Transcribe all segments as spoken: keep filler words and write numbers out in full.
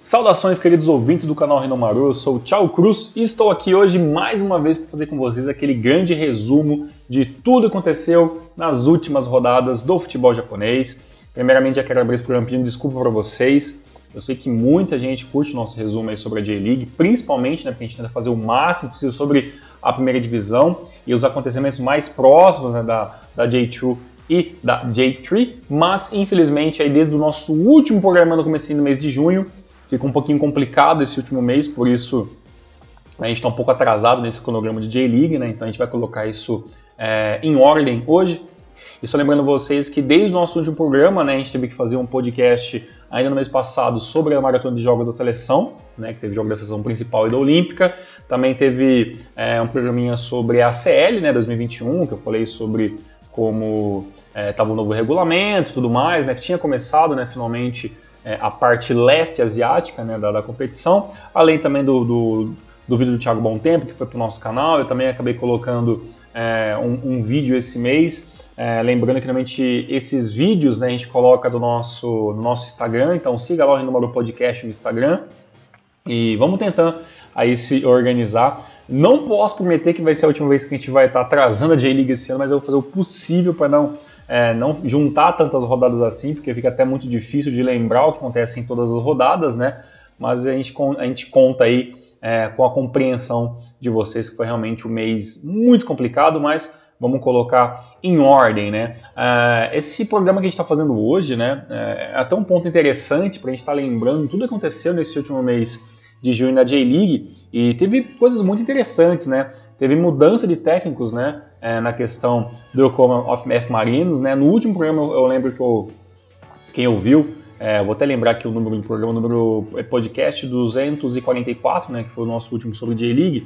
Saudações, queridos ouvintes do canal Renomaru, eu sou o Thiago Cruz e estou aqui hoje mais uma vez para fazer com vocês aquele grande resumo de tudo que aconteceu nas últimas rodadas do futebol japonês. Primeiramente, já quero abrir esse programa pedindo desculpa para vocês. Eu sei que muita gente curte o nosso resumo aí sobre a J-League, principalmente, né, porque a gente tenta fazer o máximo possível sobre a primeira divisão e os acontecimentos mais próximos, né, da, da J dois e da J três, mas infelizmente aí desde o nosso último programa no comecinho do mês de junho, fica um pouquinho complicado esse último mês, por isso a gente está um pouco atrasado nesse cronograma de J-League, né? Então a gente vai colocar isso é, em ordem hoje. E só lembrando vocês que desde o nosso último programa, né, a gente teve que fazer um podcast ainda no mês passado sobre a maratona de jogos da seleção, né, que teve jogo da seleção principal e da Olímpica. Também teve é, um programinha sobre a C L, né, dois mil e vinte e um, que eu falei sobre como estava é, o novo regulamento e tudo mais, né, que tinha começado, né, finalmente é, a parte leste asiática, né, da, da competição, além também do, do, do vídeo do Thiago Bom Tempo, que foi para o nosso canal. Eu também acabei colocando é, um, um vídeo esse mês, é, lembrando que realmente esses vídeos, né, a gente coloca do nosso, no nosso Instagram, então siga lá o Renomaru Podcast no Instagram e vamos tentando aí se organizar. Não posso prometer que vai ser a última vez que a gente vai estar atrasando a J-League esse ano, mas eu vou fazer o possível para não, é, não juntar tantas rodadas assim, porque fica até muito difícil de lembrar o que acontece em todas as rodadas, né? Mas a gente, a gente conta aí é, com a compreensão de vocês, que foi realmente um mês muito complicado, mas vamos colocar em ordem, né? Uh, esse programa que a gente está fazendo hoje, né, é até um ponto interessante para a gente estar tá lembrando tudo que aconteceu nesse último mês de junho na J-League, e teve coisas muito interessantes, né? Teve mudança de técnicos, né, é, na questão do Yokohama F Marinos, né? No último programa eu, eu lembro que eu, quem ouviu, é, vou até lembrar aqui o número do programa, o número podcast duzentos e quarenta e quatro, né, que foi o nosso último sobre J-League.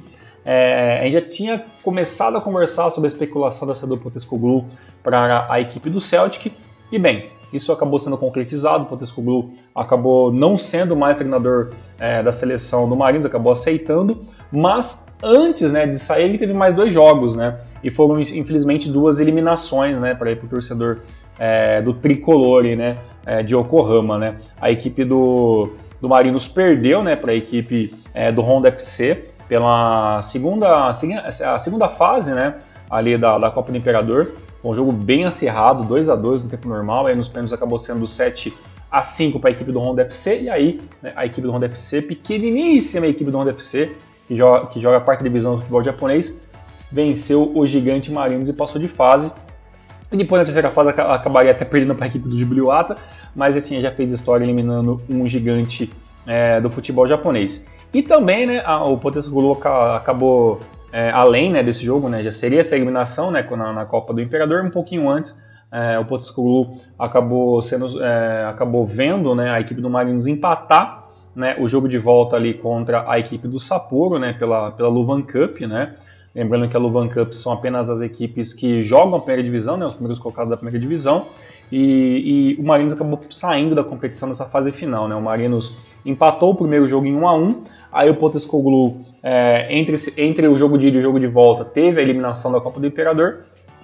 É, a gente já tinha começado a conversar sobre a especulação da saída do Postecoglou para a equipe do Celtic, e bem, isso acabou sendo concretizado. O Postecoglou acabou não sendo mais treinador é, da seleção do Marinos, acabou aceitando, mas antes, né, de sair ele teve mais dois jogos, né, e foram infelizmente duas eliminações, né, para ir para o torcedor é, do tricolor, né, é, de Yokohama, né. A equipe do, do Marinos perdeu, né, para a equipe é, do Honda F C pela segunda, a segunda fase, né, ali da, da Copa do Imperador. Foi um jogo bem acirrado, dois a dois no tempo normal, aí nos pênaltis acabou sendo sete a cinco para a equipe do Honda F C, e aí, né, a equipe do Honda F C, pequeniníssima equipe do Honda F C, que joga, que joga a quarta divisão do futebol japonês, venceu o gigante Marinos e passou de fase. E depois na terceira fase acabaria até perdendo para a equipe do Jubiluata, mas já tinha já fez história eliminando um gigante é, do futebol japonês. E também, né, a, o Postecoglou acabou, é, além, né, desse jogo, né, já seria essa eliminação, né, na, na Copa do Imperador, um pouquinho antes, é, o Postecoglou acabou, sendo, é, acabou vendo, né, a equipe do Marinos empatar, né, o jogo de volta ali contra a equipe do Sapporo, né, pela, pela Luvan Cup, né. Lembrando que a Luvan Cup são apenas as equipes que jogam a primeira divisão, né, os primeiros colocados da primeira divisão, e, e o Marinos acabou saindo da competição nessa fase final, né. O Marinos empatou o primeiro jogo em um a um, aí o Postecoglou, é, entre, entre o jogo de ida e o jogo de volta, teve a eliminação da Copa do Imperador,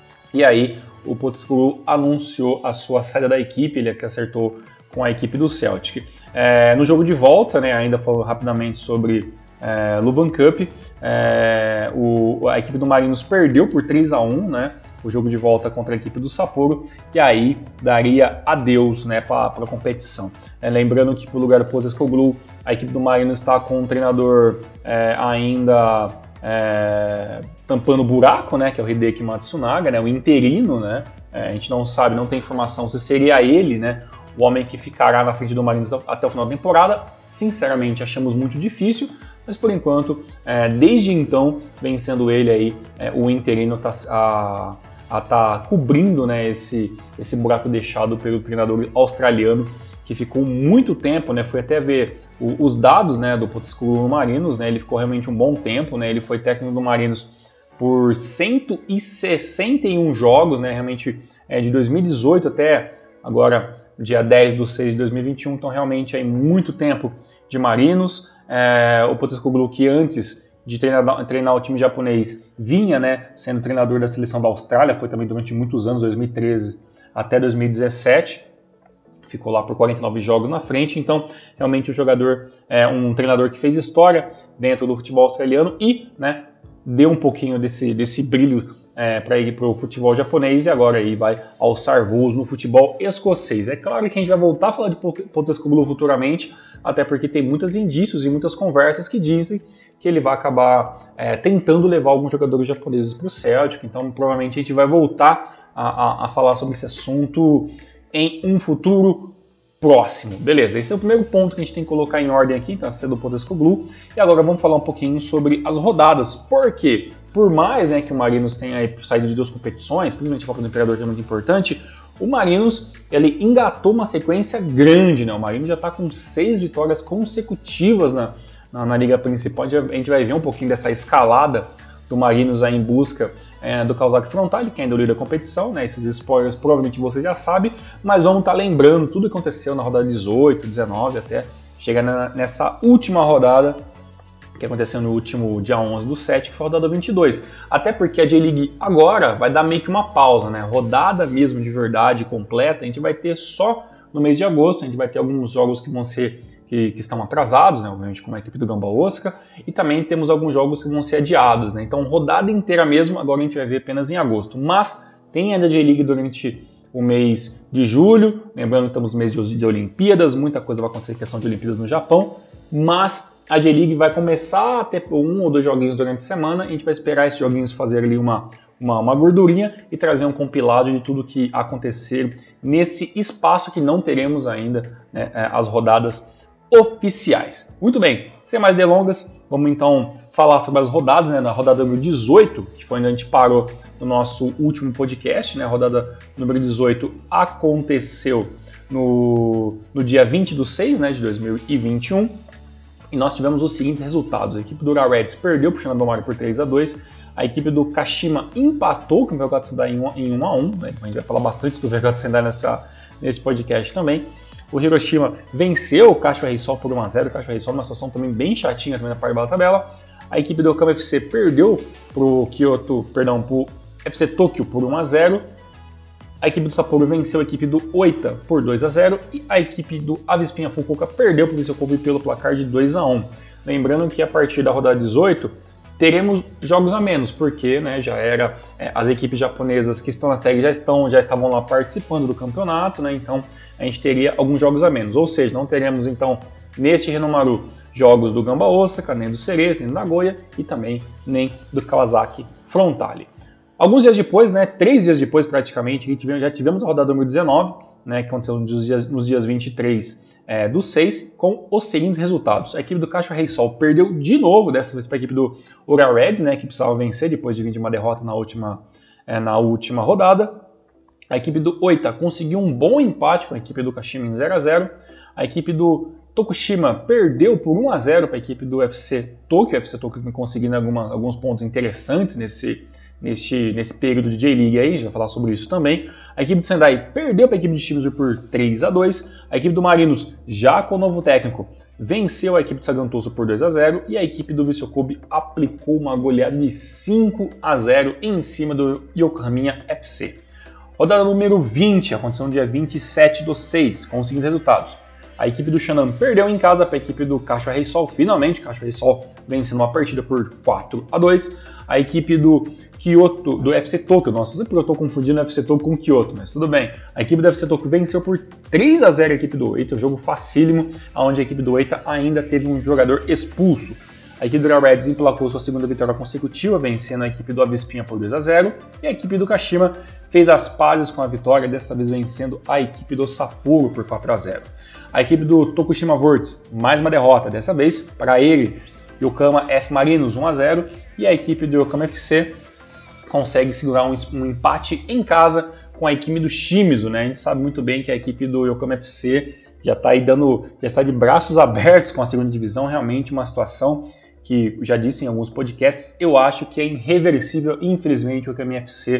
e aí o Postecoglou anunciou a sua saída da equipe, ele que acertou com a equipe do Celtic. É, no jogo de volta, né, ainda falando rapidamente sobre é, Luvan Cup, é, o, a equipe do Marinos perdeu por três a um, né, o jogo de volta contra a equipe do Sapporo, e aí daria adeus, né, para a competição. É, lembrando que, por lugar do Postecoglou, a equipe do Marinos está com um treinador é, ainda é, tampando o buraco, né, que é o Hideki Matsunaga, né, o interino, né, é, a gente não sabe, não tem informação se seria ele, né, o homem que ficará na frente do Marinos até o final da temporada. Sinceramente, achamos muito difícil, mas por enquanto, é, desde então, vem sendo ele aí, é, o interino tá, a, a tá cobrindo, né, esse, esse buraco deixado pelo treinador australiano, que ficou muito tempo, né, fui até ver o, os dados, né, do Postecoglou no Marinos, né, ele ficou realmente um bom tempo, né, ele foi técnico do Marinos por cento e sessenta e um jogos, né, realmente é, de dois mil e dezoito até agora dia dez de seis de dois mil e vinte e um, então realmente é muito tempo de Marinos. É, o Postecoglou, que antes de treinar, treinar o time japonês vinha, né, sendo treinador da seleção da Austrália, foi também durante muitos anos, dois mil e treze até dois mil e dezessete, ficou lá por quarenta e nove jogos na frente, então realmente o jogador é um treinador que fez história dentro do futebol australiano e, né, deu um pouquinho desse, desse brilho é, para ir para o futebol japonês e agora aí vai alçar voos no futebol escocês. É claro que a gente vai voltar a falar de Postecoglou futuramente, até porque tem muitos indícios e muitas conversas que dizem que ele vai acabar é, tentando levar alguns jogadores japoneses para o Celtic, então provavelmente a gente vai voltar a, a, a falar sobre esse assunto em um futuro próximo. Beleza, esse é o primeiro ponto que a gente tem que colocar em ordem aqui, então essa é do Postecoglou. E agora vamos falar um pouquinho sobre as rodadas. Por quê? Por mais, né, que o Marinos tenha aí saído de duas competições, principalmente a Copa do Imperador, que é muito importante, o Marinos ele engatou uma sequência grande, né? O Marinos já está com seis vitórias consecutivas na, na, na Liga Principal. A gente vai ver um pouquinho dessa escalada do Marinos aí em busca é, do Kawasaki Frontale, que ainda é o líder da competição, né? Esses spoilers provavelmente vocês já sabem, mas vamos estar tá lembrando tudo que aconteceu na rodada dezoito, dezenove, até chegar na, nessa última rodada, que aconteceu no último dia onze do sete, que foi a rodada vinte e dois. Até porque a J-League agora vai dar meio que uma pausa, né? Rodada mesmo de verdade completa, a gente vai ter só no mês de agosto, a gente vai ter alguns jogos que vão ser Que, que estão atrasados, né, obviamente como a equipe do Gamba Osaka, e também temos alguns jogos que vão ser adiados, né, então rodada inteira mesmo, agora a gente vai ver apenas em agosto, mas tem ainda a J-League durante o mês de julho, lembrando que estamos no mês de, de Olimpíadas, muita coisa vai acontecer em questão de Olimpíadas no Japão, mas a J-League vai começar a ter um ou dois joguinhos durante a semana, a gente vai esperar esses joguinhos fazer ali uma, uma, uma gordurinha e trazer um compilado de tudo que acontecer nesse espaço que não teremos ainda, né, as rodadas oficiais. Muito bem, sem mais delongas, vamos então falar sobre as rodadas, né? Na rodada número dezoito, que foi onde a gente parou no nosso último podcast, né? A rodada número dezoito aconteceu no, no dia vinte do seis, né, de dois mil e vinte e um, e nós tivemos os seguintes resultados. A equipe do Ura Reds perdeu para o Shinobomari por três a dois, a equipe do Kashima empatou com o Velgado Sendai em um a um, né? A gente vai falar bastante do Velgado Sendai nessa, nesse podcast também. O Hiroshima venceu o Kashiwa Reysol por um a zero, o Kashiwa Reysol numa situação também bem chatinha também na parte da tabela. A equipe do Okama F C perdeu para o Kyoto, perdão, para o F C Tokyo por um a zero. A equipe do Sapporo venceu a equipe do Oita por dois a zero e a equipe do Avispinha Fukuoka perdeu para o Vissel Kobe pelo placar de dois a um. Lembrando que a partir da rodada dezoito teremos jogos a menos, porque, né, já era é, as equipes japonesas que estão na série já estão já estavam lá participando do campeonato, né? Então a gente teria alguns jogos a menos, ou seja, não teremos então neste Renomaru jogos do Gamba Osaka, nem do Cerezo, nem do Nagoya e também nem do Kawasaki Frontale. Alguns dias depois, né, três dias depois praticamente, já tivemos a rodada número dezenove, né, que aconteceu nos dias, nos dias vinte e três é, do seis, com os seguintes resultados. A equipe do Kashiwa Reysol perdeu de novo, dessa vez para a equipe do Ura Reds, né, que precisava vencer depois de vir de uma derrota na última, é, na última rodada. A equipe do Oita conseguiu um bom empate com a equipe do Kashima em zero a zero. A equipe do Tokushima perdeu por um a zero para a equipe do F C Tokyo. O F C Tokyo conseguindo alguma, alguns pontos interessantes nesse, nesse, nesse período de J-League aí, a gente vai falar sobre isso também. A equipe do Sendai perdeu para a equipe de Shimizu por três a dois. A equipe do Marinos, já com o novo técnico, venceu a equipe do Sagantoso por dois a zero. E a equipe do Vissel Kobe aplicou uma goleada de cinco a zero em cima do Yokohama F C. Rodada número vinte, aconteceu no dia vinte e sete do seis, com os seguintes resultados. A equipe do Shannon perdeu em casa para a equipe do Kashiwa Reysol, finalmente, Kashiwa Reysol vencendo uma partida por quatro a dois. A equipe do Kyoto, do F C Tokyo, nossa, sempre eu estou confundindo o F C Tokyo com o Kyoto, mas tudo bem. A equipe do F C Tokyo venceu por três a zero a equipe do Oita, um jogo facílimo, onde a equipe do Oita ainda teve um jogador expulso. A equipe do Ura Reds emplacou sua segunda vitória consecutiva, vencendo a equipe do Avispinha por dois a zero. E a equipe do Kashima fez as pazes com a vitória, dessa vez vencendo a equipe do Sapporo por quatro a zero. A equipe do Tokushima Vortex, mais uma derrota, dessa vez para ele, Yokohama F Marinos um a zero. E a equipe do Yokohama F C consegue segurar um, um empate em casa com a equipe do Shimizu, né? A gente sabe muito bem que a equipe do Yokohama F C já está aí dando, já está de braços abertos com a segunda divisão, realmente uma situação que, já disse em alguns podcasts, eu acho que é irreversível, infelizmente, o Yokohama F C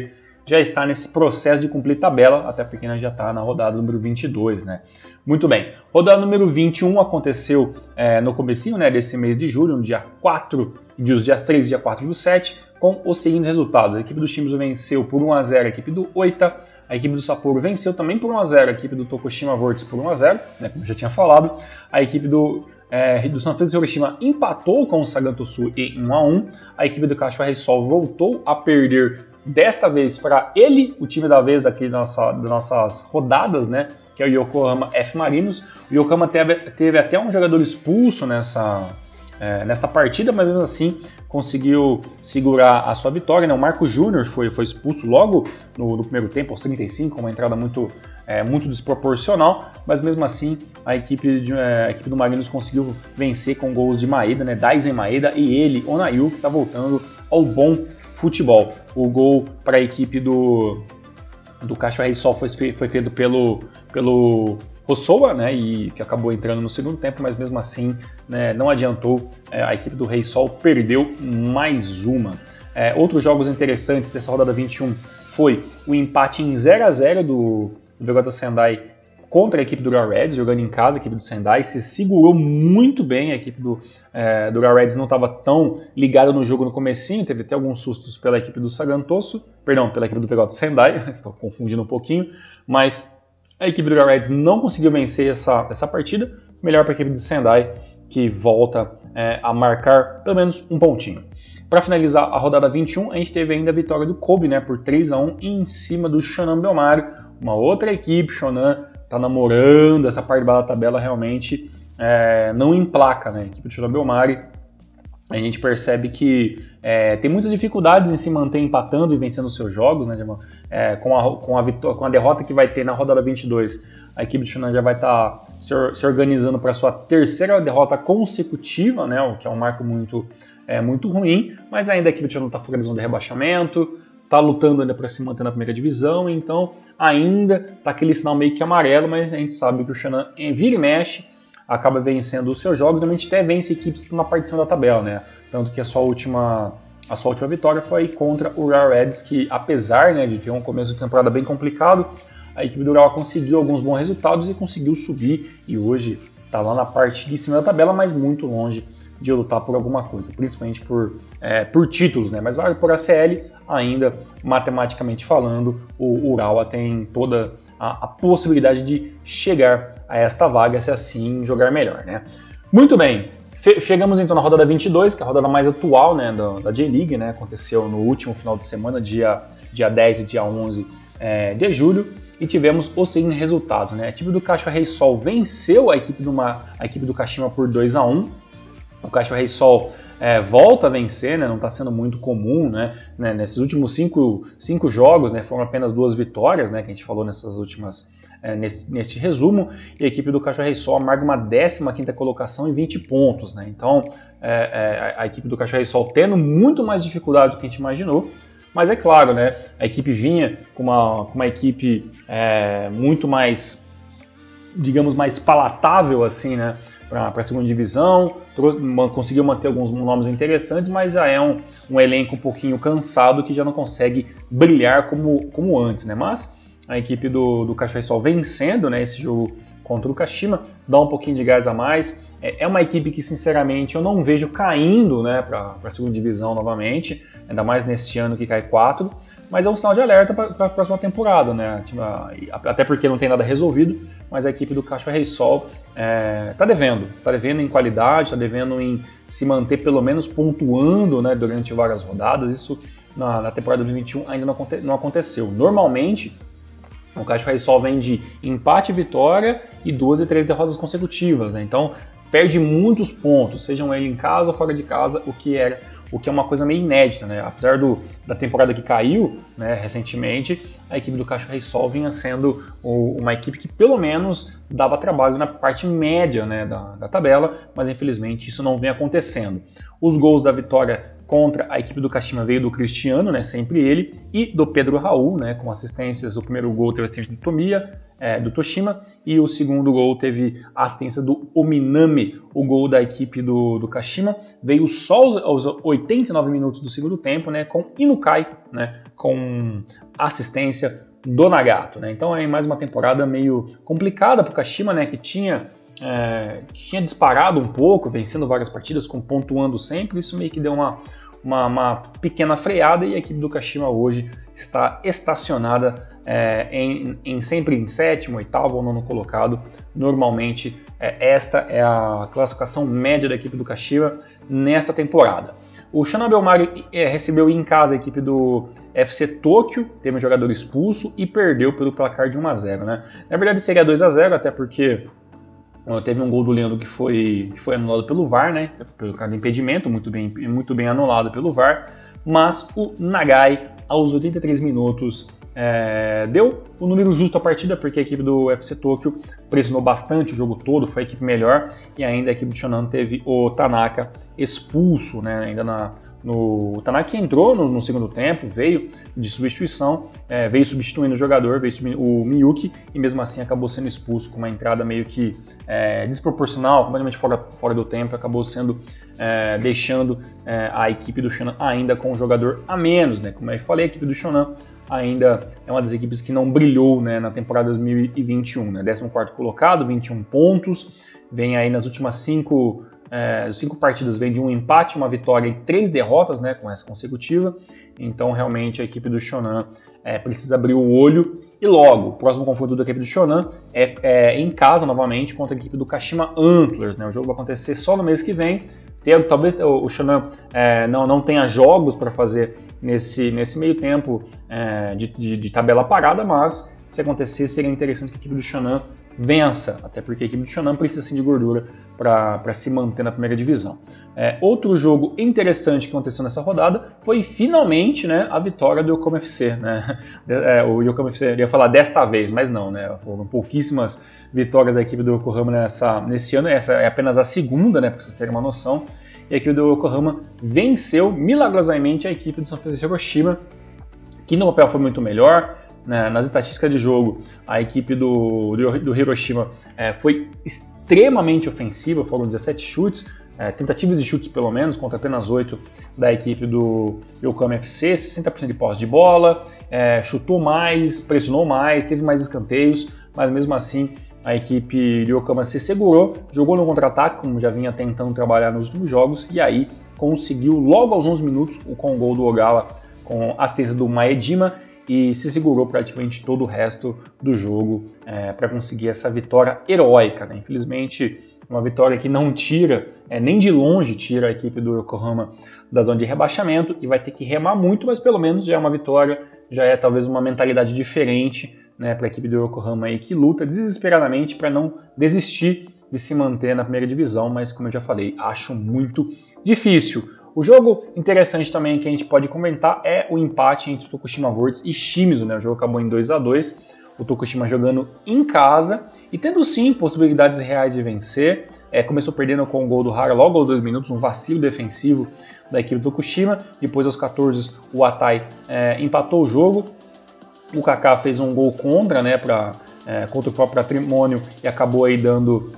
já está nesse processo de cumprir tabela, até porque nós já está na rodada número vinte e dois, né? Muito bem, rodada número vinte e um aconteceu é, no comecinho, né, desse mês de julho, no dia quatro, dos dias três e dia quatro do sete, com os seguintes resultados. A equipe do Shimizu venceu por um a zero a equipe do Oita, a equipe do Sapporo venceu também por um a zero a equipe do Tokushima Vortex por um a zero, né, como eu já tinha falado, a equipe do É, do Sanfrecce Hiroshima empatou com o Sagan Tosu em um a um. A equipe do Kashiwa Reysol voltou a perder, desta vez para ele, o time da vez daqui nossa, das nossas rodadas, né, que é o Yokohama F Marinos. O Yokohama teve, teve até um jogador expulso nessa, é, nessa partida, mas mesmo assim conseguiu segurar a sua vitória, né? O Marco Júnior foi, foi expulso logo no, no primeiro tempo, aos trinta e cinco, uma entrada muito, é, muito desproporcional, mas mesmo assim a equipe, de, é, a equipe do Marinos conseguiu vencer com gols de Maeda, né? Daisen Maeda e ele, Onayu, que está voltando ao bom futebol. O gol para a equipe do, do Kashiwa Reysol foi, foi feito pelo, pelo Hosoa, né, e que acabou entrando no segundo tempo, mas mesmo assim, né, não adiantou, é, a equipe do Reysol perdeu mais uma. É, outros jogos interessantes dessa rodada vinte e um foi o empate em zero a zero do, do V J Sendai contra a equipe do Urawa Reds, jogando em casa. A equipe do Sendai se segurou muito bem, a equipe do, é, do Urawa Reds não estava tão ligada no jogo no comecinho, teve até alguns sustos pela equipe do Sagan Tosu, perdão, pela equipe do V J Sendai, estou confundindo um pouquinho, mas a equipe do Urawa Reds não conseguiu vencer essa, essa partida, melhor para a equipe do Sendai, que volta é, a marcar pelo menos um pontinho. Para finalizar a rodada vinte e um, a gente teve ainda a vitória do Kobe, né, por três a um em cima do Shonan Bellmare, uma outra equipe. Shonan está namorando essa parte da tabela, realmente é, não emplaca, né? A equipe do Shonan Bellmare, a gente percebe que é, tem muitas dificuldades em se manter empatando e vencendo os seus jogos, né? É, com, a, com, a vitória, com a derrota que vai ter na rodada vinte e dois, a equipe do Shonan já vai estar tá se, se organizando para a sua terceira derrota consecutiva, né? O que é um marco muito, é, muito ruim, mas ainda a equipe do Shonan está fora da zona de rebaixamento, está lutando ainda para se manter na primeira divisão, então ainda está aquele sinal meio que amarelo, mas a gente sabe que o Shonan vira e mexe, acaba vencendo os seus jogos, normalmente até vence equipes que estão na parte de cima da tabela, né? Tanto que a sua última, a sua última vitória foi contra o Urawa Reds, que apesar, né, de ter um começo de temporada bem complicado, a equipe do Urawa conseguiu alguns bons resultados e conseguiu subir, e hoje está lá na parte de cima da tabela, mas muito longe de lutar por alguma coisa, principalmente por, é, por títulos, né? Mas vale por A C L, ainda matematicamente falando, o Urawa tem toda a, a possibilidade de chegar a esta vaga, se assim jogar melhor, né? Muito bem, chegamos então na rodada vinte e dois, que é a rodada mais atual, né, da, da J-League, né? Aconteceu no último final de semana, dia, dia dez e dia onze é, de julho, e tivemos os seguintes resultados, né? A equipe do Kashiwa Reysol venceu a equipe do, uma, a equipe do Kashima por dois a um. O Kashiwa Reysol é, volta a vencer, né? Não está sendo muito comum, né? Nesses últimos cinco, cinco jogos, né? Foram apenas duas vitórias, né? Que a gente falou nessas últimas, é, nesse, neste resumo, e a equipe do Kashiwa Reysol amarga uma décima quinta colocação e vinte pontos, né? Então é, é, a equipe do Kashiwa Reysol tendo muito mais dificuldade do que a gente imaginou, mas é claro, né? A equipe vinha com uma, com uma equipe é, muito mais, digamos, mais palatável, assim, né? Para a segunda divisão, conseguiu manter alguns nomes interessantes, mas já é um, um elenco um pouquinho cansado que já não consegue brilhar como, como antes, né? Mas a equipe do, do Kashiwa Reysol vencendo, né, esse jogo contra o Kashima, dá um pouquinho de gás a mais. É, é uma equipe que, sinceramente, eu não vejo caindo, né, para a segunda divisão novamente, ainda mais neste ano que cai quatro, mas é um sinal de alerta para a próxima temporada, né? Até porque não tem nada resolvido, mas a equipe do Kashiwa Reysol está é, devendo, está devendo em qualidade, está devendo em se manter pelo menos pontuando, né, durante várias rodadas. Isso na, na temporada de vinte e um ainda não, aconte, não aconteceu. Normalmente, o Kashiwa Reysol vem de empate e vitória e duas e três derrotas consecutivas, né? Então perde muitos pontos, sejam ele em casa ou fora de casa, o que era, o que é uma coisa meio inédita, né? Apesar do, da temporada que caiu, né, recentemente, a equipe do Kashiwa Reysol vinha sendo o, uma equipe que pelo menos dava trabalho na parte média, né, da, da tabela, mas infelizmente isso não vem acontecendo. Os gols da vitória contra a equipe do Kashima veio do Cristiano, né, sempre ele, e do Pedro Raul, né, com assistências. O primeiro gol teve assistência do Tomiya, é, do Toshima, e o segundo gol teve a assistência do Ominami. O gol da equipe do, do Kashima veio só aos, aos oitenta e nove minutos do segundo tempo, né, com Inukai, né, com assistência do Nagato, né. Então é mais uma temporada meio complicada para o Kashima, né, que tinha É, tinha disparado um pouco, vencendo várias partidas, com pontuando sempre. Isso meio que deu uma, uma, uma pequena freada, e a equipe do Kashima hoje está estacionada é, em, em sempre em sétimo, oitavo ou nono colocado. Normalmente é, esta é a classificação média da equipe do Kashima nesta temporada. O Shonan Bellmare é, recebeu em casa a equipe do F C Tóquio, teve um jogador expulso e perdeu pelo placar de um a zero, né? Na verdade seria dois a zero, até porque teve um gol do Leandro que foi, que foi anulado pelo V A R, né? Pelo caso de impedimento, muito bem, muito bem anulado pelo V A R, mas o Nagai, aos oitenta e três minutos, é, deu o número justo à partida, porque a equipe do F C Tóquio pressionou bastante o jogo todo, foi a equipe melhor, e ainda a equipe do Shonan teve o Tanaka expulso, né? Ainda na, no, o Tanaka entrou no, no segundo tempo, veio de substituição, é, veio substituindo o jogador, veio substituindo o Miyuki, e mesmo assim acabou sendo expulso com uma entrada meio que é, desproporcional, completamente fora, fora do tempo, acabou sendo é, deixando é, a equipe do Shonan ainda com um jogador a menos, né? Como eu falei, a equipe do Shonan ainda é uma das equipes que não brilhou, né, na temporada dois mil e vinte e um, né? décimo quarto colocado, vinte e um pontos, vem aí nas últimas cinco, é, cinco partidas, vem de um empate, uma vitória e três derrotas, né, com essa consecutiva. Então realmente a equipe do Shonan é, precisa abrir o olho, e logo, o próximo confronto da equipe do Shonan é, é em casa novamente contra a equipe do Kashima Antlers, né? O jogo vai acontecer só no mês que vem. Tem, talvez o Shonan é, não, não tenha jogos para fazer nesse, nesse meio tempo é, de, de, de tabela parada, mas se acontecer seria interessante que a equipe do Shonan vença, até porque a equipe do Shonan precisa sim de gordura para se manter na primeira divisão. É, outro jogo interessante que aconteceu nessa rodada foi finalmente, né, a vitória do Yokohama F C. Né? É, o Yokohama F C, eu ia falar desta vez, mas não, né? Foram pouquíssimas vitórias da equipe do Yokohama nessa, nesse ano, essa é apenas a segunda, né, para vocês terem uma noção. E a equipe do Yokohama venceu milagrosamente a equipe do São Francisco Hiroshima, que no papel foi muito melhor. Nas estatísticas de jogo, a equipe do, do, do Hiroshima é, foi extremamente ofensiva, foram dezessete chutes, é, tentativas de chutes pelo menos, contra apenas oito da equipe do Yokohama F C, sessenta por cento de posse de bola, é, chutou mais, pressionou mais, teve mais escanteios, mas mesmo assim a equipe do Yokohama se segurou, jogou no contra-ataque, como já vinha tentando trabalhar nos últimos jogos, e aí conseguiu logo aos onze minutos, com o gol do Ogawa, com a assistência do Maedima, e se segurou praticamente todo o resto do jogo é, para conseguir essa vitória heróica, né? Infelizmente, uma vitória que não tira, é, nem de longe tira a equipe do Yokohama da zona de rebaixamento, e vai ter que remar muito, mas pelo menos já é uma vitória, já é talvez uma mentalidade diferente, né, para a equipe do Yokohama aí, que luta desesperadamente para não desistir de se manter na primeira divisão, mas como eu já falei, acho muito difícil. O jogo interessante também que a gente pode comentar é o empate entre Tokushima Vortis e Shimizu, né? O jogo acabou em dois a dois, o Tokushima jogando em casa e tendo sim possibilidades reais de vencer. É, começou perdendo com o gol do Hara logo aos dois minutos, um vacilo defensivo da equipe do Tokushima. Depois aos quatorze o Atai é, empatou o jogo, o Kaká fez um gol contra, né, pra, é, contra o próprio patrimônio, e acabou aí dando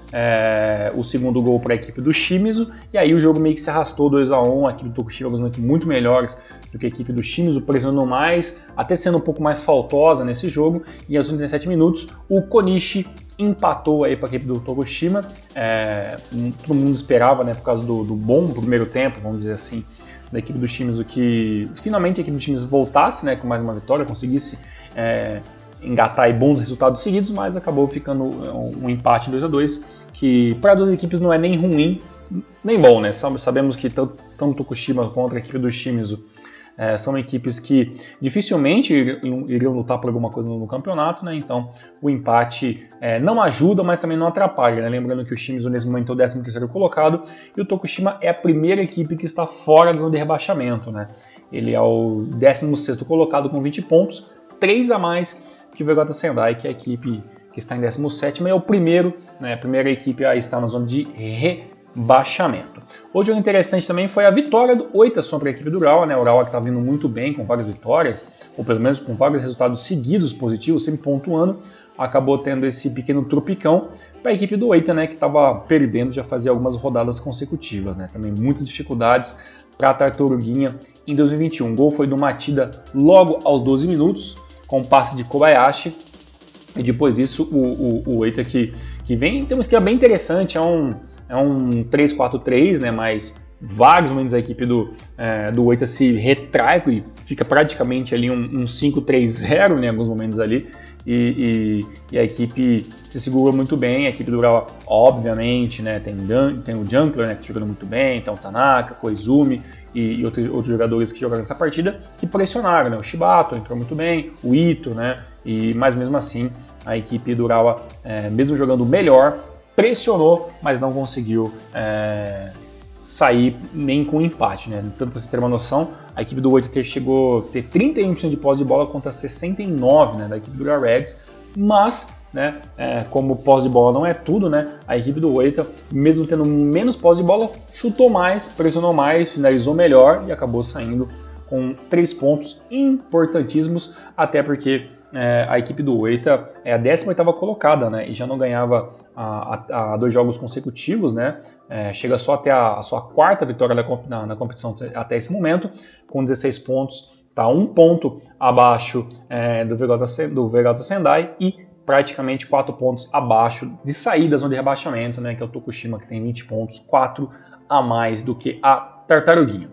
é, o segundo gol para a equipe do Shimizu, e aí o jogo meio que se arrastou dois a um, a equipe do Tokushima muito, muito melhores do que a equipe do Shimizu, pressionando mais, até sendo um pouco mais faltosa nesse jogo, e aos trinta e sete minutos o Konishi empatou aí para a equipe do Tokushima. É, todo mundo esperava, né, por causa do, do bom primeiro tempo, vamos dizer assim, da equipe do Shimizu, que finalmente a equipe do Shimizu voltasse, né, com mais uma vitória, conseguisse é, engatar aí bons resultados seguidos, mas acabou ficando um, um empate dois a dois, que para duas equipes não é nem ruim nem bom, né? Sabemos que tanto o Tokushima contra a equipe do Shimizu é, são equipes que dificilmente iriam, iriam lutar por alguma coisa no, no campeonato, né? Então o empate é, não ajuda, mas também não atrapalha, né? Lembrando que o Shimizu nesse momento é o décimo terceiro colocado e o Tokushima é a primeira equipe que está fora da zona de rebaixamento, né? Ele é o décimo sexto colocado com vinte pontos, três a mais que o Vegeta Sendai, que é a equipe que está em décimo sétimo, e é o primeiro, né, a primeira equipe a estar na zona de rebaixamento. Outro jogo interessante também foi a vitória do Oita sobre a equipe do Urawa, né? O Urawa que está vindo muito bem, com várias vitórias, ou pelo menos com vários resultados seguidos positivos, sempre pontuando, acabou tendo esse pequeno tropicão para a equipe do Oita, né? Que estava perdendo já fazia algumas rodadas consecutivas, né? Também muitas dificuldades para a Tartaruguinha em dois mil e vinte e um. O gol foi do Matida logo aos doze minutos, com o passe de Kobayashi. E depois disso, o, o, o Oita que, que vem, tem um esquema bem interessante, é um, é um três quatro três, né, mas vários momentos a equipe do, é, do Oita se retrai e fica praticamente ali um, um cinco três zero, né, em alguns momentos ali, e, e, e a equipe se segura muito bem. A equipe do Urawa, obviamente, né, tem, tem o Junkler, né, que está jogando muito bem, então o Tanaka, Koizumi e, e outros, outros jogadores que jogaram nessa partida, que pressionaram, né, o Shibato entrou muito bem, o Ito, né, e, mas mesmo assim a equipe do Urawa, é, mesmo jogando melhor, pressionou, mas não conseguiu é, sair nem com empate, né? Tanto para você ter uma noção, a equipe do Oita chegou a ter trinta e um por cento de posse de bola contra sessenta e nove por cento, né, da equipe do Urawa Reds, mas, né, é, como posse de bola não é tudo, né, a equipe do Oita, mesmo tendo menos posse de bola, chutou mais, pressionou mais, finalizou melhor e acabou saindo com três pontos importantíssimos, até porque É, a equipe do Oita é a décima oitava colocada, né, e já não ganhava há dois jogos consecutivos, né, é, chega só até a, a sua quarta vitória na, na, na competição até esse momento, com dezesseis pontos, está um ponto abaixo é, do Vegeta, do Vegeta Sendai e praticamente quatro pontos abaixo de sair da zona de rebaixamento, né, que é o Tokushima, que tem vinte pontos, quatro a mais do que a Tartaruguinha.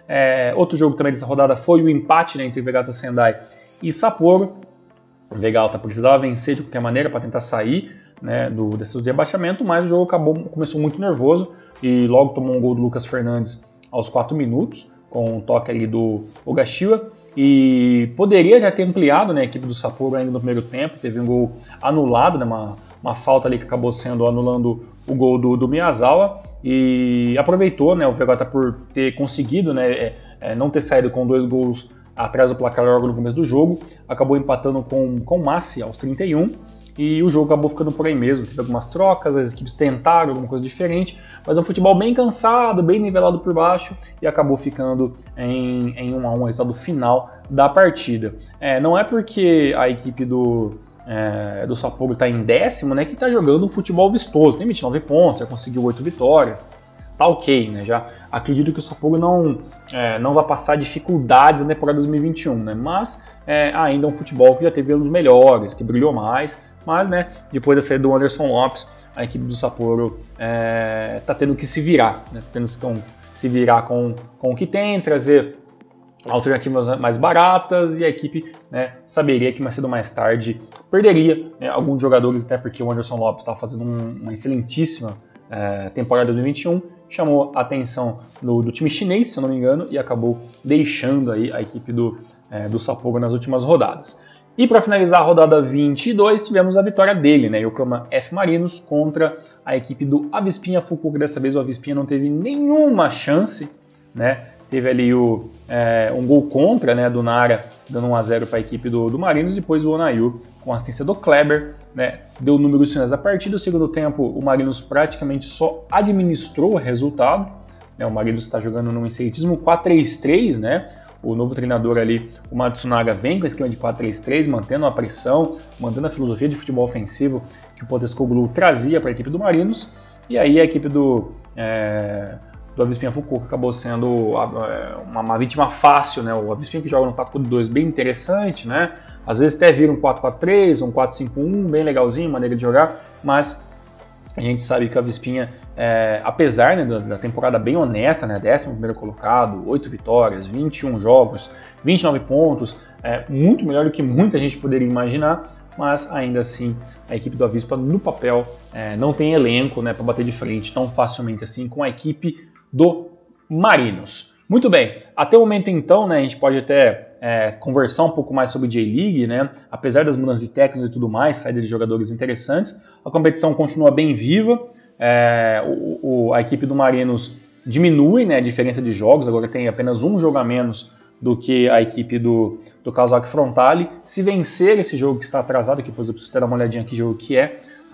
É, outro jogo também dessa rodada foi o empate, né, entre Vegeta Sendai e Sapporo. O Vegalta precisava vencer de qualquer maneira para tentar sair, né, do, desse rebaixamento, mas o jogo acabou, começou muito nervoso e logo tomou um gol do Lucas Fernandes aos quatro minutos, com um toque ali do Ogashiwa, e poderia já ter ampliado, né, a equipe do Sapporo ainda no primeiro tempo, teve um gol anulado, né, uma, uma falta ali que acabou sendo anulando o gol do, do Miyazawa, e aproveitou, né, o Vegalta por ter conseguido, né, é, é, não ter saído com dois gols atrás do placar logo no começo do jogo, acabou empatando com, com o Massi aos trinta e um, e o jogo acabou ficando por aí mesmo. Teve algumas trocas, as equipes tentaram alguma coisa diferente, mas é um futebol bem cansado, bem nivelado por baixo, e acabou ficando em, em um a um o resultado final da partida. É, não é porque a equipe do, é, do Sapporo está em décimo, né, que está jogando um futebol vistoso, tem vinte e nove pontos, já conseguiu oito vitórias, tá ok, né? Já acredito que o Sapporo não, é, não vai passar dificuldades na temporada dois mil e vinte e um, né? Mas é, ainda é um futebol que já teve anos melhores, que brilhou mais, mas, né, depois da saída do Anderson Lopes, a equipe do Sapporo é, tá tendo que se virar, né? Tá tendo que se virar com, com o que tem, trazer alternativas mais baratas, e a equipe, né, saberia que mais cedo ou mais tarde perderia, né, alguns jogadores, até porque o Anderson Lopes estava fazendo um, uma excelentíssima é, temporada dois mil e vinte e um, chamou a atenção do, do time chinês, se eu não me engano, e acabou deixando aí a equipe do, é, do Sapporo nas últimas rodadas. E para finalizar a rodada vinte e dois, tivemos a vitória dele, né, Yokohama F. Marinos contra a equipe do Avispinha Fukuoka. Dessa vez o Avispinha não teve nenhuma chance, né, teve ali o, é, um gol contra, né, do Nara, dando um a zero para a equipe do, do Marinos, depois o Onayu, com assistência do Kleber, né, deu números finais da partida. No segundo tempo, o Marinos praticamente só administrou o resultado, né, o Marinos está jogando num excelentíssimo quatro três três, né, o novo treinador ali, o Matsunaga, vem com esquema de quatro três três, mantendo a pressão, mantendo a filosofia de futebol ofensivo que o Poteskoglou trazia para a equipe do Marinos, e aí a equipe do... É, do Avispinha Fukuoka acabou sendo uma, uma vítima fácil, né? O Avispinha que joga no quatro quatro dois bem interessante, né? Às vezes até vira um quatro quatro três, um quatro cinco um, bem legalzinho, maneira de jogar, mas a gente sabe que o Avispinha, é, apesar, né, da temporada bem honesta, né, décimo primeiro colocado, oito vitórias, vinte e um jogos, vinte e nove pontos, é muito melhor do que muita gente poderia imaginar, mas ainda assim a equipe do Avispa no papel é, não tem elenco, né, para bater de frente tão facilmente assim com a equipe do Marinos. Muito bem, até o momento então, né, a gente pode até é, conversar um pouco mais sobre J-League, né, apesar das mudanças de técnicos e tudo mais, saída de jogadores interessantes, a competição continua bem viva, é, o, o, a equipe do Marinos diminui, né, a diferença de jogos, agora tem apenas um jogo a menos do que a equipe do, do Kawasaki Frontale. Se vencer esse jogo que está atrasado, que depois eu preciso dar uma olhadinha aqui, jogo que é,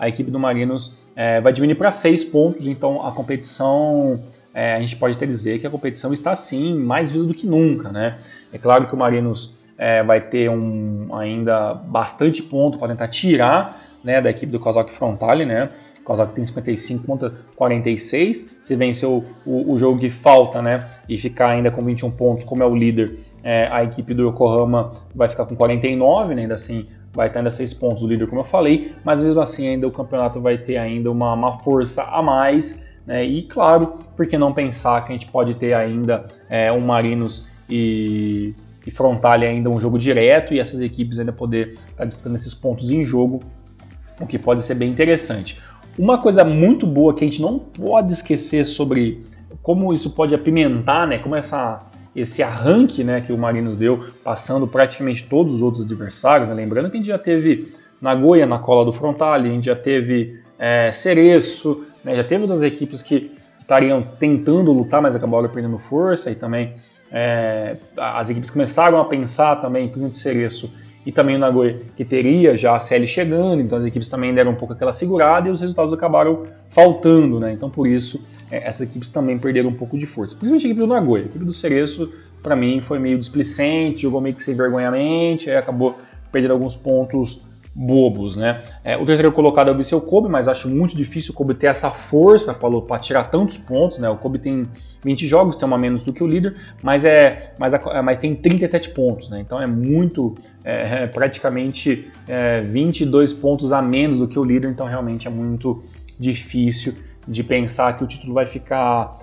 a equipe do Marinos é, vai diminuir para seis pontos, então a competição, é, a gente pode até dizer que a competição está sim mais viva do que nunca, né? É claro que o Marinos é, vai ter um, ainda bastante ponto para tentar tirar, né, da equipe do Kozak Frontale, né? O Kozak tem cinquenta e cinco contra quarenta e seis. Se vencer o, o, o jogo que falta, né, e ficar ainda com vinte e um pontos, como é o líder, é, a equipe do Yokohama vai ficar com quarenta e nove, né? Ainda assim vai estar ainda seis pontos do líder, como eu falei, mas mesmo assim ainda o campeonato vai ter ainda uma, uma força a mais, né? E claro, por que não pensar que a gente pode ter ainda é, um Marinos e, e Frontale ainda um jogo direto e essas equipes ainda poder estar disputando esses pontos em jogo, o que pode ser bem interessante. Uma coisa muito boa que a gente não pode esquecer sobre como isso pode apimentar, né, como essa, esse arranque, né, que o Marinos deu, passando praticamente todos os outros adversários, né? Lembrando que a gente já teve Nagoya na cola do Frontale, a gente já teve é, Cereço, né, já teve outras equipes que estariam tentando lutar, mas acabaram perdendo força, e também é, as equipes começaram a pensar também, principalmente Cereço, e também o Nagoya, que teria já a C L chegando, então as equipes também deram um pouco aquela segurada e os resultados acabaram faltando, né? Então por isso é, essas equipes também perderam um pouco de força. Principalmente a equipe do Nagoya. A equipe do Cereço, para mim, foi meio displicente, jogou meio que sem vergonhamente, aí acabou perdendo alguns pontos bobos, né? É, o terceiro colocado é o Viseu Kobe, mas acho muito difícil o Kobe ter essa força para tirar tantos pontos, né? O Kobe tem vinte jogos, tem uma menos do que o líder, mas, é, mas, a, mas tem trinta e sete pontos, né? Então é muito, é, é praticamente é, vinte e dois pontos a menos do que o líder, então realmente é muito difícil de pensar que o título vai ficar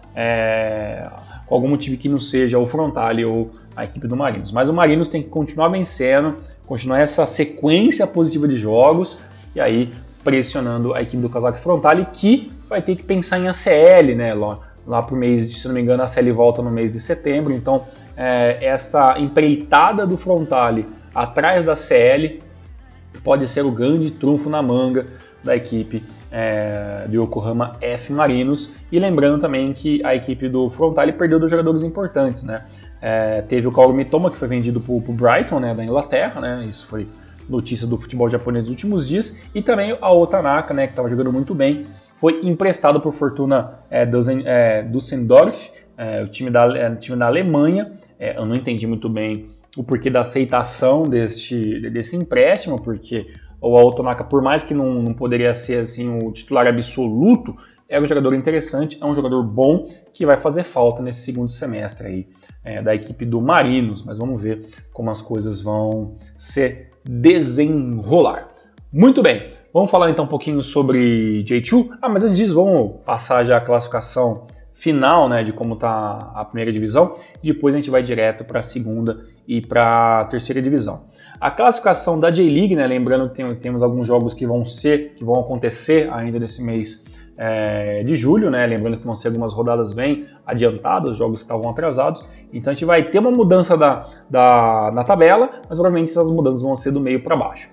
é, com algum motivo que não seja o Frontale ou a equipe do Marinos. Mas o Marinos tem que continuar vencendo, continuar essa sequência positiva de jogos e aí pressionando a equipe do Kozak Frontale, que vai ter que pensar em A C L, né? Lá, lá para o mês de, se não me engano, a C L volta no mês de setembro. Então, é, essa empreitada do Frontale atrás da C L pode ser o grande trunfo na manga da equipe é, do Yokohama F Marinos. E lembrando também que a equipe do Frontale perdeu dois jogadores importantes, né? É, teve o Kaoru Mitoma, que foi vendido para o Brighton, né, da Inglaterra, né? Isso foi notícia do futebol japonês dos últimos dias. E também a Otanaka, né, que estava jogando muito bem, foi emprestado por Fortuna é, Düsseldorf, é, o time da, é, time da Alemanha. É, eu não entendi muito bem o porquê da aceitação deste, desse empréstimo, porque o Otanaka, por mais que não, não poderia ser assim, o titular absoluto, é um jogador interessante, é um jogador bom que vai fazer falta nesse segundo semestre aí, é, da equipe do Marinos, mas vamos ver como as coisas vão se desenrolar. Muito bem, vamos falar então um pouquinho sobre J dois. Ah, mas antes disso, vamos passar já a classificação final, né, de como está a primeira divisão, e depois a gente vai direto para a segunda e para a terceira divisão. A classificação da J-League, né, lembrando que tem, temos alguns jogos que vão ser, que vão acontecer ainda nesse mês é, de julho, né, lembrando que vão ser algumas rodadas bem adiantadas, jogos que estavam atrasados, então a gente vai ter uma mudança da, da, na tabela, mas provavelmente essas mudanças vão ser do meio para baixo.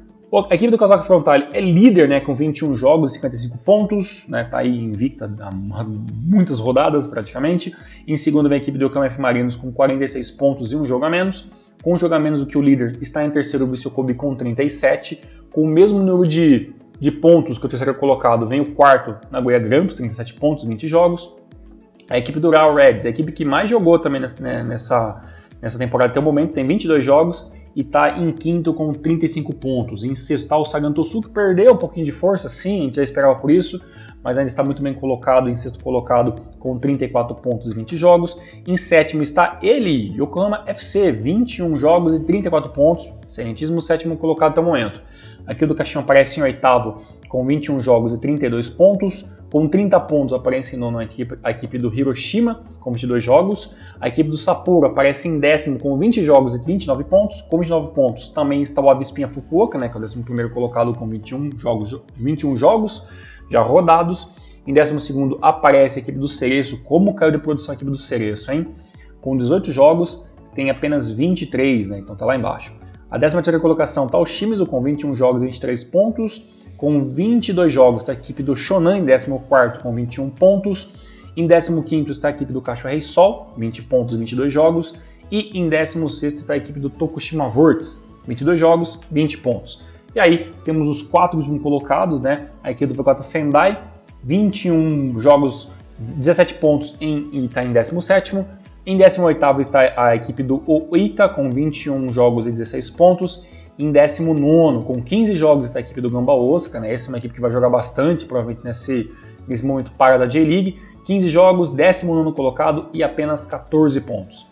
A equipe do Kozak Frontale é líder, né, com vinte e um jogos e cinquenta e cinco pontos, né, tá aí invicta há muitas rodadas praticamente. Em segundo vem a equipe do Yokohama F Marinos com quarenta e seis pontos e um jogo a menos. Com um jogo a menos do que o líder, está em terceiro o Viseu Kobe com trinta e sete. Com o mesmo número de, de pontos que o terceiro colocado, vem o quarto Nagoya Grampus, trinta e sete pontos, vinte jogos. A equipe do Real Reds, a equipe que mais jogou também nessa, né, nessa, nessa temporada até o momento, tem vinte e dois jogos. E está em quinto com trinta e cinco pontos. Em sexto está o Sagantosu, que perdeu um pouquinho de força, sim, a gente já esperava por isso, mas ainda está muito bem colocado, em sexto colocado com trinta e quatro pontos e vinte jogos. Em sétimo está ele, Yokohama F C, vinte e um jogos e trinta e quatro pontos, excelentíssimo sétimo colocado até o momento. Aqui o do Kashima aparece em oitavo com vinte e um jogos e trinta e dois pontos. Com trinta pontos aparece em nono a equipe, a equipe do Hiroshima com vinte e dois jogos. A equipe do Sapporo aparece em décimo com vinte jogos e vinte e nove pontos. Com vinte e nove pontos também está o Avispinha Fukuoka, né, que é o décimo primeiro colocado com vinte e um jogos, vinte e um jogos já rodados. Em décimo segundo aparece a equipe do Cereço. Como caiu de produção a equipe do Cereço, hein? Com dezoito jogos, tem apenas vinte e três, né, então está lá embaixo. A décima terceira colocação está o Shimizu com vinte e um jogos e vinte e três pontos. Com vinte e dois jogos está a equipe do Shonan em décimo quarto com vinte e um pontos. Em décimo quinto está a equipe do Kaisho Reysol, vinte pontos e vinte e dois jogos. E em décimo sexto está a equipe do Tokushima Vortis, vinte e dois jogos, vinte pontos. E aí temos os quatro últimos colocados, né? A equipe do V J Sendai, vinte e um jogos, dezessete pontos e está em décimo sétimo. Em décimo oitavo está a equipe do Oita com vinte e um jogos e dezesseis pontos. Em décimo nono, com quinze jogos, está a equipe do Gamba Osaka, né? Essa é uma equipe que vai jogar bastante, provavelmente nesse, nesse momento para da J-League. quinze jogos, décimo nono colocado e apenas quatorze pontos.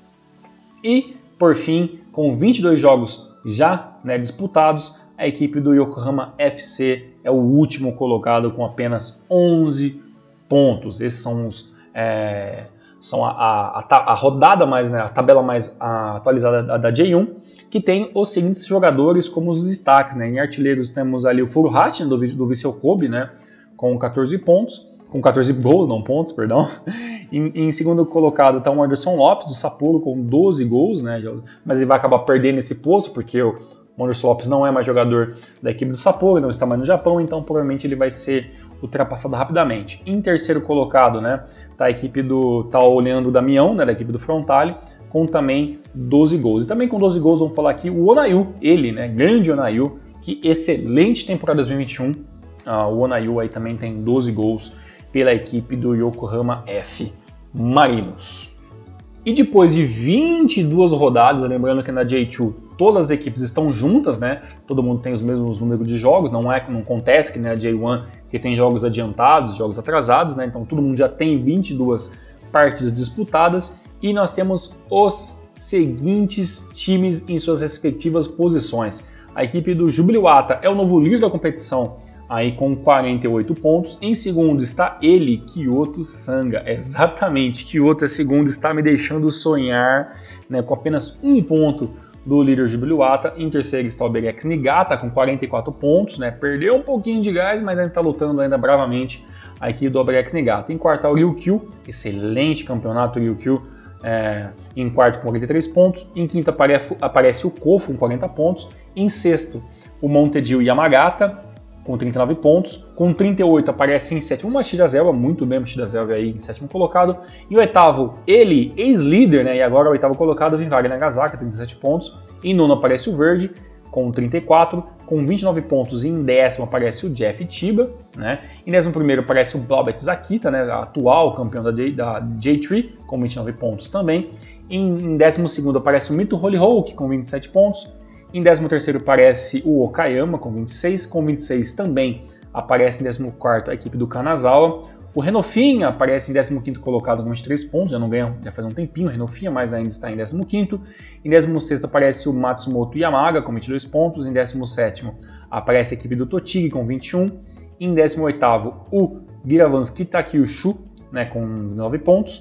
E, por fim, com vinte e dois jogos já, né, disputados, a equipe do Yokohama F C é o último colocado com apenas onze pontos. Esses são os... É, são a, a, a, a rodada mais, né, a tabela mais a, atualizada da, da J um, que tem os seguintes jogadores como os destaques, né? Em artilheiros temos ali o Furuhashi, do, do Vissel Kobe, né, com quatorze pontos, com quatorze gols, não pontos, perdão. Em, em segundo colocado está o Anderson Lopes, do Sapporo, com doze gols, né, mas ele vai acabar perdendo esse posto, porque o Anderson Lopes não é mais jogador da equipe do Sapporo, não está mais no Japão, então provavelmente ele vai ser ultrapassado rapidamente. Em terceiro colocado, né, está a equipe do tá o Leandro Damião, né, da equipe do Frontale, com também doze gols. E também com doze gols, vamos falar aqui, o Onayu, ele, né, grande Onayu, que excelente temporada dois mil e vinte e um. Ah, o Onayu aí também tem doze gols pela equipe do Yokohama F Marinos. E depois de vinte e duas rodadas, lembrando que na J dois todas as equipes estão juntas, né? Todo mundo tem os mesmos números de jogos, não é não acontece que na J um que tem jogos adiantados, jogos atrasados, né? Então todo mundo já tem vinte e duas partidas disputadas e nós temos os seguintes times em suas respectivas posições. A equipe do Jubiluata é o novo líder da competição, aí com quarenta e oito pontos. Em segundo está ele, Kyoto Sanga. Exatamente, Kyoto é segundo, está me deixando sonhar, né, com apenas um ponto do líder Jubiluata. Em terceiro está o Berex Niigata com quarenta e quatro pontos, né, perdeu um pouquinho de gás, mas ainda está lutando ainda bravamente a equipe do Berex Niigata. Em quarto o Ryukyu, excelente campeonato Ryukyu, é, em quarto com quarenta e três pontos. Em quinto aparece, aparece o Kofu com quarenta pontos. Em sexto o Montedio Yamagata com trinta e nove pontos. Com trinta e oito aparece em sétimo o Machida Zelva, muito bem o Machida Zelva aí em sétimo colocado. E o oitavo, ele, ex-líder, né, e agora o oitavo colocado, Vinvari Nagasaki, trinta e sete pontos. Em nono aparece o Verde, com trinta e quatro. Com vinte e nove pontos, em décimo aparece o Jeff Chiba, né? Em décimo primeiro aparece o Blobet Zakita, né, atual campeão da J, da J três, com vinte e nove pontos também. Em décimo segundo aparece o Mito Holyhoke, com vinte e sete pontos. Em décimo terceiro aparece o Okayama, com vinte e seis. Com vinte e seis também aparece em décimo quarto a equipe do Kanazawa. O Renofinha aparece em décimo quinto colocado com vinte e três pontos, já não ganha, já faz um tempinho o Renofinha, mas ainda está em décimo quinto. Em décimo sexto aparece o Matsumoto Yamaga com vinte e dois pontos. Em décimo sétimo aparece a equipe do Tochigi com vinte e um. Em décimo oitavo o Giravanski Takyushu, né, com nove pontos.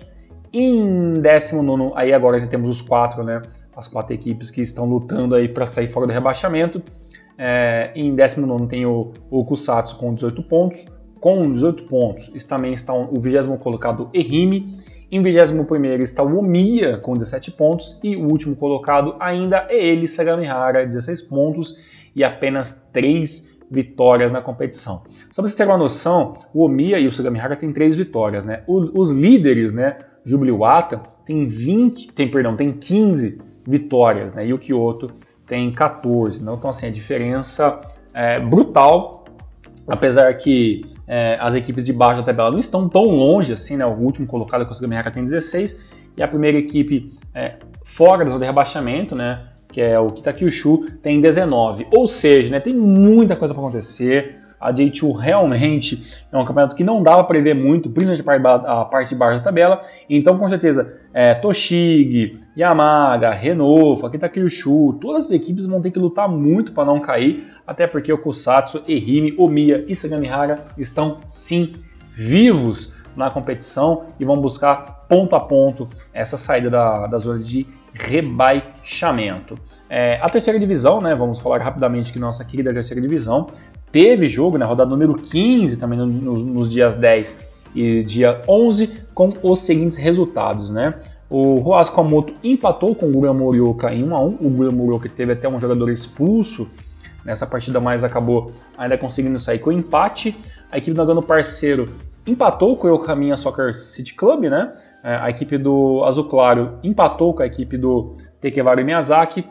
Em décimo nono, aí agora já temos os quatro, né, as quatro equipes que estão lutando aí para sair fora do rebaixamento. É, em décimo nono tem o, o Kusatsu com dezoito pontos. Com dezoito pontos também está o vigésimo colocado Ehime. Em vigésimo primeiro está o Omiya com dezessete pontos. E o último colocado ainda é ele, Sagamihara, dezesseis pontos e apenas três vitórias na competição. Só para vocês terem uma noção, o Omiya e o Sagamihara têm três vitórias, né? Os, os líderes, né, Jubiluata, tem vinte, tem, perdão, tem quinze vitórias, né? E o Kyoto tem quatorze. Né? Então, assim, a diferença é brutal. Apesar que é, as equipes de baixo da tabela não estão tão longe assim, né? O último colocado, que é o Sagamihara, tem dezesseis, e a primeira equipe é, fora da zona de rebaixamento, né, que é o Kitakyushu, tem dezenove. Ou seja, né, tem muita coisa para acontecer. A J dois realmente é um campeonato que não dava para prever muito, principalmente a parte de baixo da tabela. Então, com certeza, é, Tochigi, Yamaga, Renofa, Kitakyushu, todas as equipes vão ter que lutar muito para não cair, até porque o Kusatsu, Ehime, Omiya e Sagamihara estão, sim, vivos na competição e vão buscar ponto a ponto essa saída da, da zona de rebaixamento. É, a terceira divisão, né, vamos falar rapidamente que nossa querida terceira divisão, teve jogo na, né, rodada número quinze, também no, no, nos dias dez e dia onze, com os seguintes resultados, né? O Roas Kawamoto empatou com o Gura Morioka em um a um. O Gura Morioka teve até um jogador expulso nessa partida, mas acabou ainda conseguindo sair com o empate. A equipe do Nagano Parceiro empatou com o Yokohama Soccer City Club, né? A equipe do Azul Claro empatou com a equipe do Tekevaro Miyazaki.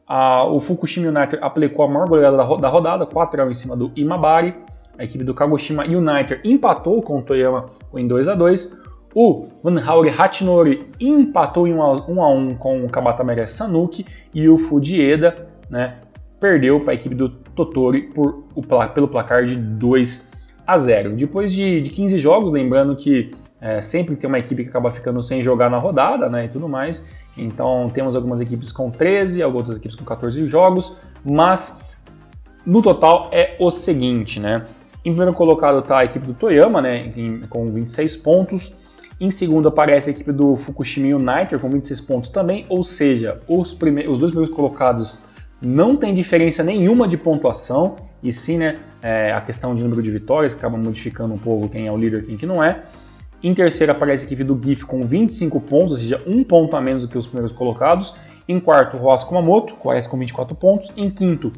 A, o Fukushima United aplicou a maior goleada da, da rodada, quatro a um em cima do Imabari. A equipe do Kagoshima United empatou com o Toyama em dois a dois. O Vanhaure Hachinori empatou em um a um com o Kabatamere Sanuki. E o Fujieda, né, perdeu para a equipe do Totori por, o, pelo placar de dois a zero. Depois de, de quinze jogos, lembrando que é, sempre tem uma equipe que acaba ficando sem jogar na rodada, né, e tudo mais. Então temos algumas equipes com treze, algumas equipes com quatorze jogos, mas no total é o seguinte, né? Em primeiro colocado está a equipe do Toyama, né, em, com vinte e seis pontos. Em segundo aparece a equipe do Fukushima United com vinte e seis pontos também, ou seja, os, prime- os dois primeiros colocados não tem diferença nenhuma de pontuação, e sim, né, é, a questão de número de vitórias, que acaba modificando um pouco quem é o líder e quem que não é. Em terceiro aparece a equipe do G I F com vinte e cinco pontos, ou seja, um ponto a menos do que os primeiros colocados. Em quarto, o Roas Kumamoto, com vinte e quatro pontos. Em quinto,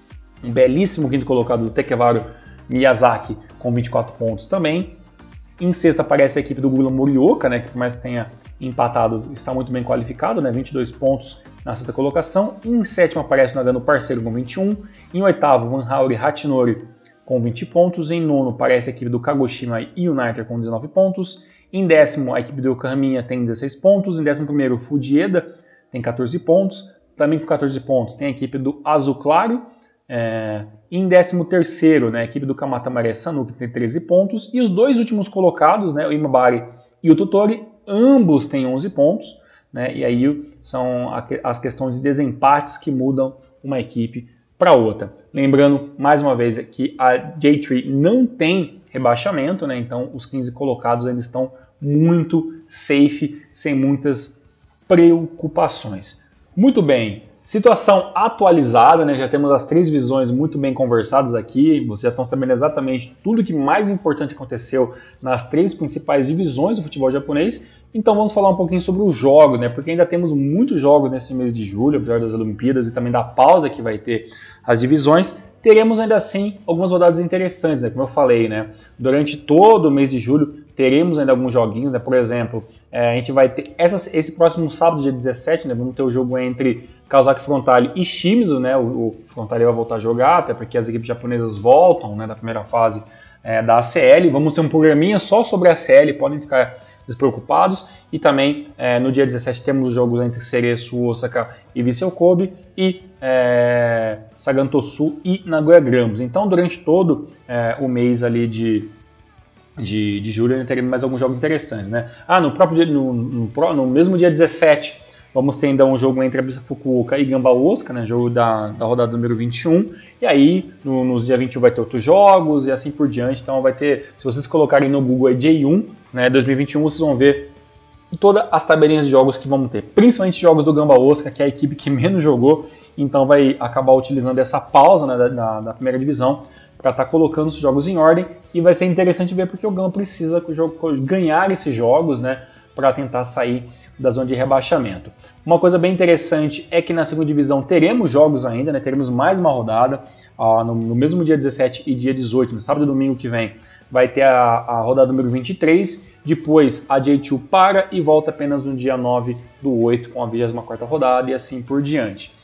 um belíssimo quinto colocado do Takevaru Miyazaki, com vinte e quatro pontos também. Em sexto aparece a equipe do Gula Morioka, né, que por mais que tenha empatado, está muito bem qualificado, né, vinte e dois pontos na sexta colocação. Em sétimo aparece o Nagano Parceiro com vinte e um. Em oitavo, Vanhaure Hachinori com vinte pontos. Em nono aparece a equipe do Kagoshima United com dezenove pontos. Em décimo, a equipe do Yokohama tem dezesseis pontos. Em décimo primeiro, o Fujieda tem quatorze pontos. Também com quatorze pontos tem a equipe do Azul Claro. É... Em décimo terceiro, né, a equipe do Kamatamare Sanuki tem treze pontos. E os dois últimos colocados, né, o Imabari e o Totori, ambos têm onze pontos. Né, e aí são as questões de desempates que mudam uma equipe para outra. Lembrando, mais uma vez, que a J três não tem rebaixamento, né, então os quinze colocados ainda estão muito safe, sem muitas preocupações. Muito bem. Situação atualizada, né? Já temos as três visões muito bem conversadas aqui, vocês já estão sabendo exatamente tudo que mais importante aconteceu nas três principais divisões do futebol japonês, então vamos falar um pouquinho sobre os jogos, né? Porque ainda temos muitos jogos nesse mês de julho, apesar das Olimpíadas e também da pausa que vai ter as divisões, teremos ainda assim algumas rodadas interessantes, né? Como eu falei, né? Durante todo o mês de julho teremos ainda alguns joguinhos, né? Por exemplo, é, a gente vai ter essa, esse próximo sábado, dia dezessete, né? Vamos ter o jogo entre Kawasaki Frontale e Shimizu, né? O, o Frontale vai voltar a jogar, até porque as equipes japonesas voltam, né, da primeira fase é, da A C L. Vamos ter um programinha só sobre a A C L, podem ficar despreocupados. E também é, no dia dezessete temos os jogos entre Cereço, Osaka e Vissel Kobe e é, Sagan Tosu e Nagoya Grampus. Então, durante todo é, o mês ali de De, de julho, ainda teremos mais alguns jogos interessantes, né? Ah, no próprio dia, no, no, no mesmo dia dezessete, vamos ter então um jogo entre a Bisa Fukuoka e Gamba Osaka, né? Jogo da, da rodada número vinte e um. E aí, no, nos dia vinte e um vai ter outros jogos e assim por diante. Então vai ter, se vocês colocarem no Google aí J um, né, dois mil e vinte e um, vocês vão ver todas as tabelinhas de jogos que vão ter. Principalmente jogos do Gamba Osaka, que é a equipe que menos jogou. Então vai acabar utilizando essa pausa, né, da, da, da primeira divisão para estar tá colocando os jogos em ordem, e vai ser interessante ver porque o Gamba precisa ganhar esses jogos, né, para tentar sair da zona de rebaixamento. Uma coisa bem interessante é que na segunda divisão teremos jogos ainda, né, teremos mais uma rodada, ó, no, no mesmo dia dezessete e dia dezoito, no sábado e domingo que vem, vai ter a, a rodada número vinte e três, depois a J dois para e volta apenas no dia nove do oito com a vigésima quarta rodada e assim por diante.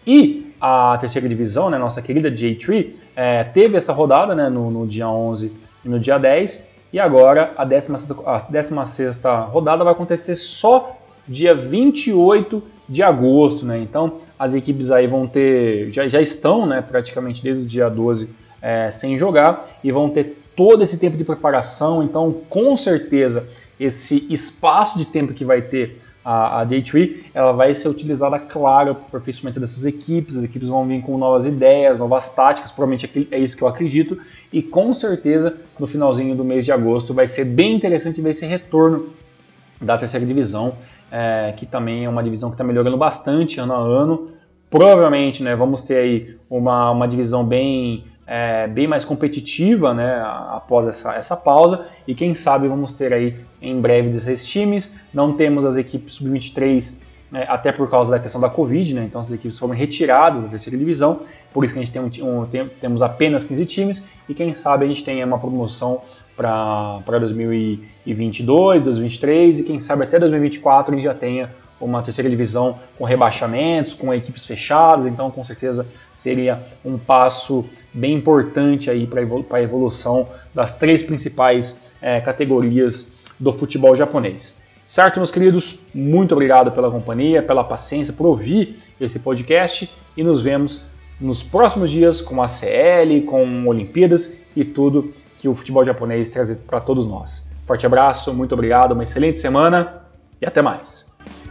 E a terceira divisão, né, nossa querida J três, é, teve essa rodada, né, no, no dia onze e no dia dez, e agora a décima sexta, a décima sexta rodada vai acontecer só dia vinte e oito de agosto, né? Então as equipes aí vão ter, já, já estão, né, praticamente desde o dia doze é, sem jogar, e vão ter todo esse tempo de preparação. Então com certeza esse espaço de tempo que vai ter a, a J três, ela vai ser utilizada, claro, para o aperfeiçoamento dessas equipes. As equipes vão vir com novas ideias, novas táticas, provavelmente é isso que eu acredito, e com certeza no finalzinho do mês de agosto vai ser bem interessante ver esse retorno da terceira divisão, é, que também é uma divisão que está melhorando bastante ano a ano. Provavelmente, né, vamos ter aí uma, uma divisão bem, é, bem mais competitiva, né, após essa, essa pausa, e quem sabe vamos ter aí em breve dezesseis times. Não temos as equipes sub vinte e três, é, até por causa da questão da Covid, né, então essas equipes foram retiradas da terceira divisão, por isso que a gente tem um, um, tem, temos apenas quinze times, e quem sabe a gente tenha uma promoção para dois mil e vinte e dois, dois mil e vinte e três, e quem sabe até dois mil e vinte e quatro a gente já tenha uma terceira divisão com rebaixamentos, com equipes fechadas, então com certeza seria um passo bem importante aí para a evolução das três principais é, categorias do futebol japonês. Certo, meus queridos? Muito obrigado pela companhia, pela paciência, por ouvir esse podcast e nos vemos nos próximos dias com a C L, com Olimpíadas e tudo que o futebol japonês traz para todos nós. Forte abraço, muito obrigado, uma excelente semana e até mais!